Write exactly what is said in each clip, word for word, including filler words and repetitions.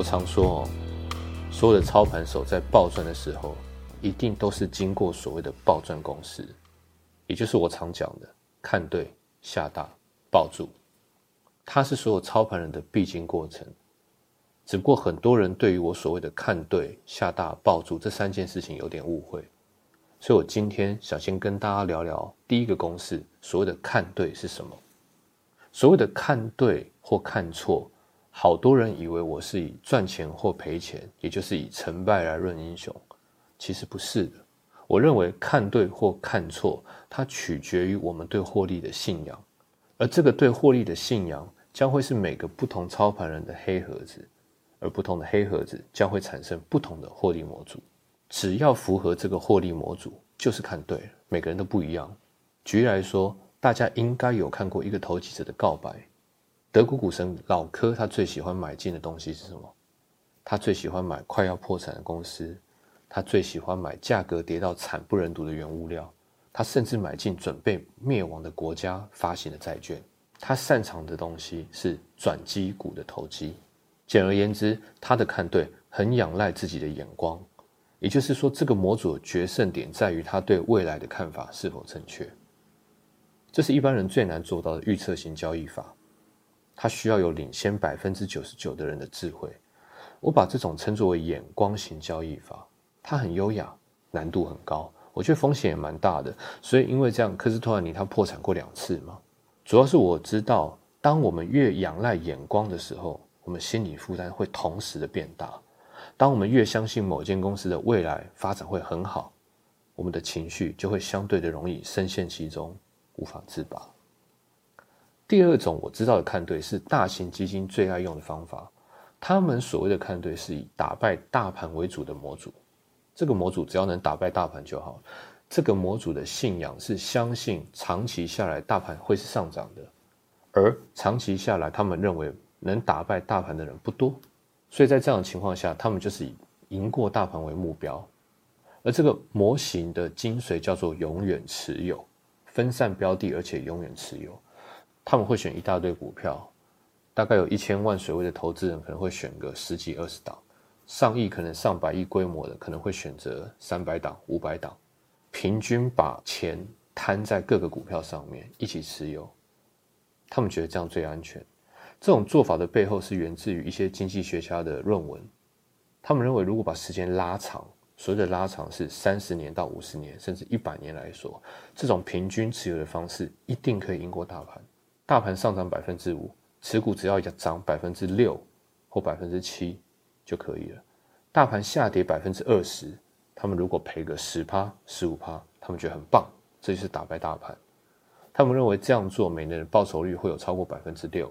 我常说哦，所有的操盘手在暴赚的时候，一定都是经过所谓的暴赚公式，也就是我常讲的看对、下大、抱住，它是所有操盘人的必经过程。只不过很多人对于我所谓的看对、下大、抱住这三件事情有点误会，所以我今天想先跟大家聊聊第一个公式，所谓的看对是什么。所谓的看对或看错，好多人以为我是以赚钱或赔钱，也就是以成败来论英雄，其实不是的。我认为看对或看错，它取决于我们对获利的信仰，而这个对获利的信仰将会是每个不同操盘人的黑盒子，而不同的黑盒子将会产生不同的获利模组。只要符合这个获利模组，就是看对了，每个人都不一样。举例来说，大家应该有看过一个投机者的告白。德国股神老柯他最喜欢买进的东西是什么？他最喜欢买快要破产的公司，他最喜欢买价格跌到惨不忍睹的原物料，他甚至买进准备灭亡的国家发行的债券。他擅长的东西是转机股的投机。简而言之，他的看对很仰赖自己的眼光，也就是说，这个模组的决胜点在于他对未来的看法是否正确。这是一般人最难做到的预测型交易法，它需要有领先 百分之九十九 的人的智慧。我把这种称作为眼光型交易法，它很优雅，难度很高，我觉得风险也蛮大的。所以因为这样，科斯托兰尼他破产过两次嘛。主要是我知道，当我们越仰赖眼光的时候，我们心理负担会同时的变大。当我们越相信某间公司的未来发展会很好，我们的情绪就会相对的容易深陷其中，无法自拔。第二种我知道的看对是大型基金最爱用的方法，他们所谓的看对是以打败大盘为主的模组。这个模组只要能打败大盘就好。这个模组的信仰是相信长期下来大盘会是上涨的，而长期下来他们认为能打败大盘的人不多，所以在这样的情况下，他们就是以赢过大盘为目标。而这个模型的精髓叫做永远持有，分散标的，而且永远持有。他们会选一大堆股票，大概有一千万水位的投资人可能会选个十几二十档，上亿可能上百亿规模的可能会选择三百档五百档，平均把钱摊在各个股票上面一起持有。他们觉得这样最安全。这种做法的背后是源自于一些经济学家的论文。他们认为如果把时间拉长，所谓的拉长是三十年到五十年甚至一百年来说，这种平均持有的方式一定可以赢过大盘。大盘上涨 百分之五， 持股只要涨 百分之六 或 百分之七 就可以了。大盘下跌 百分之二十， 他们如果赔个 百分之十 百分之十五， 他们觉得很棒，这就是打败大盘。他们认为这样做每年的报酬率会有超过 百分之六。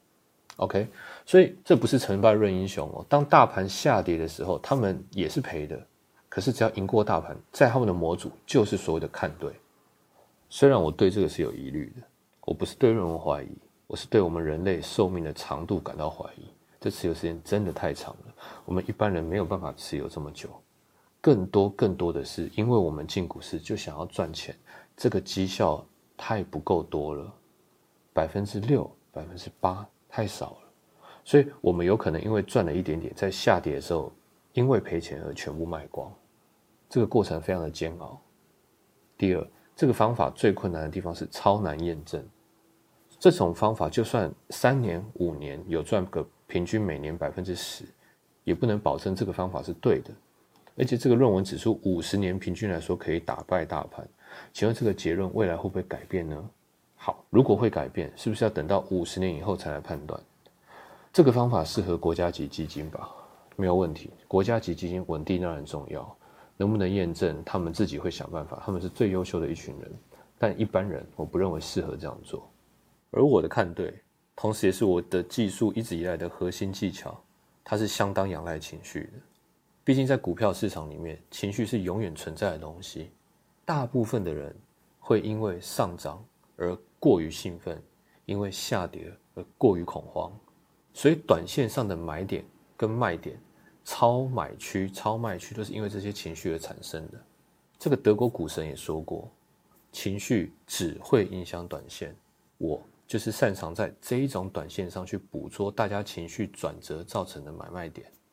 OK， 所以这不是成败论英雄哦。当大盘下跌的时候，他们也是赔的，可是只要赢过大盘，在他们的模组就是所谓的看对。虽然我对这个是有疑虑的，我不是对论文怀疑，我是对我们人类寿命的长度感到怀疑。这持有时间真的太长了，我们一般人没有办法持有这么久。更多更多的是因为我们进股市就想要赚钱，这个绩效太不够多了， 百分之六 百分之八 太少了，所以我们有可能因为赚了一点点，在下跌的时候因为赔钱而全部卖光，这个过程非常的煎熬。第二，这个方法最困难的地方是超难验证。这种方法就算三年五年有赚个平均每年 百分之十， 也不能保证这个方法是对的。而且这个论文指出五十年平均来说可以打败大盘，请问这个结论未来会不会改变呢？好，如果会改变，是不是要等到五十年以后才来判断？这个方法适合国家级基金吧？没有问题，国家级基金稳定当然重要，能不能验证他们自己会想办法，他们是最优秀的一群人，但一般人我不认为适合这样做。而我的看对，同时也是我的技术一直以来的核心技巧，它是相当仰赖情绪的。毕竟在股票市场里面，情绪是永远存在的东西。大部分的人会因为上涨而过于兴奋，因为下跌而过于恐慌，所以短线上的买点跟卖点、超买区、超卖区都是因为这些情绪而产生的。这个德国股神也说过，情绪只会影响短线，我就是擅长在这一种短线上去捕捉大家情绪转折造成的买卖点。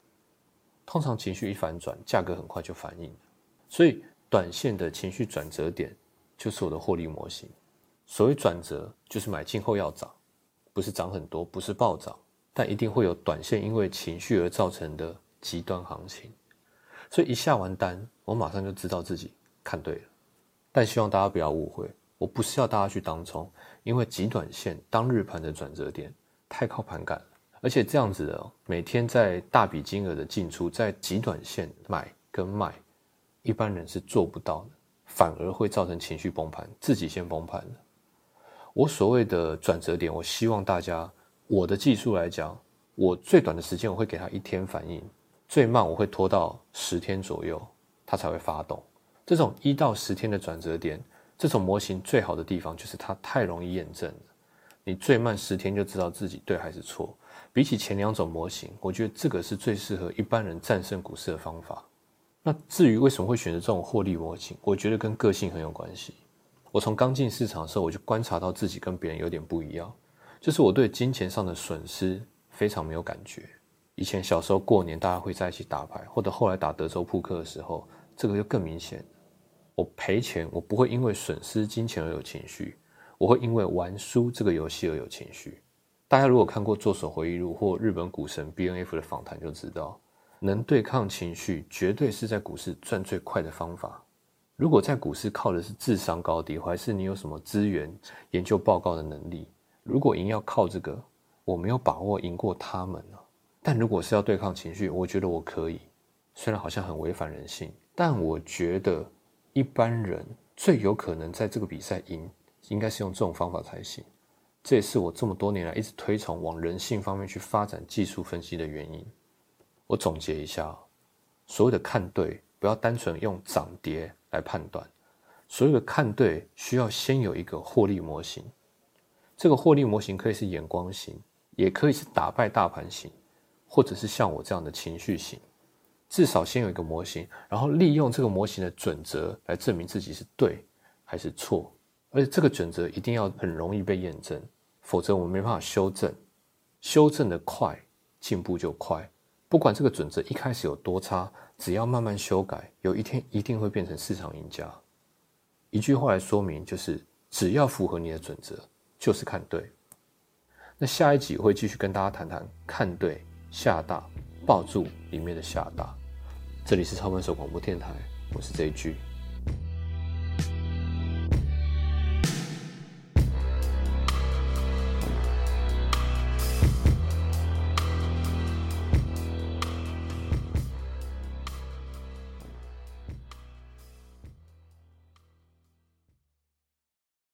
通常情绪一反转，价格很快就反应了。所以短线的情绪转折点就是我的获利模型。所谓转折，就是买进后要涨，不是涨很多，不是暴涨，但一定会有短线因为情绪而造成的极端行情。所以一下完单，我马上就知道自己看对了。但希望大家不要误会，我不是要大家去当冲，因为极短线当日盘的转折点太靠盘感了，而且这样子的每天在大笔金额的进出，在极短线买跟卖，一般人是做不到的，反而会造成情绪崩盘，自己先崩盘了。我所谓的转折点，我希望大家，我的技术来讲，我最短的时间我会给它一天反应，最慢我会拖到十天左右，它才会发动。这种一到十天的转折点，这种模型最好的地方就是它太容易验证了。你最慢十天就知道自己对还是错。比起前两种模型，我觉得这个是最适合一般人战胜股市的方法。那至于为什么会选择这种获利模型，我觉得跟个性很有关系。我从刚进市场的时候，我就观察到自己跟别人有点不一样，就是我对金钱上的损失非常没有感觉。以前小时候过年大家会在一起打牌，或者后来打德州扑克的时候，这个就更明显。我赔钱，我不会因为损失金钱而有情绪，我会因为玩输这个游戏而有情绪。大家如果看过《作手回忆录》或日本股神 B N F 的访谈就知道，能对抗情绪绝对是在股市赚最快的方法。如果在股市靠的是智商高低，还是你有什么资源研究报告的能力，如果赢要靠这个，我没有把握赢过他们啊。但如果是要对抗情绪，我觉得我可以，虽然好像很违反人性，但我觉得一般人最有可能在这个比赛赢，应该是用这种方法才行。这也是我这么多年来一直推崇往人性方面去发展技术分析的原因。我总结一下，所谓的看对，不要单纯用涨跌来判断。所谓的看对，需要先有一个获利模型。这个获利模型可以是眼光型，也可以是打败大盘型，或者是像我这样的情绪型。至少先有一个模型，然后利用这个模型的准则来证明自己是对还是错。而且这个准则一定要很容易被验证，否则我们没办法修正。修正的快，进步就快。不管这个准则一开始有多差，只要慢慢修改，有一天一定会变成市场赢家。一句话来说明，就是只要符合你的准则，就是看对。那下一集我会继续跟大家谈谈看对、下大、抱住里面的下大。这里是超盘手广播电台，我是 J G。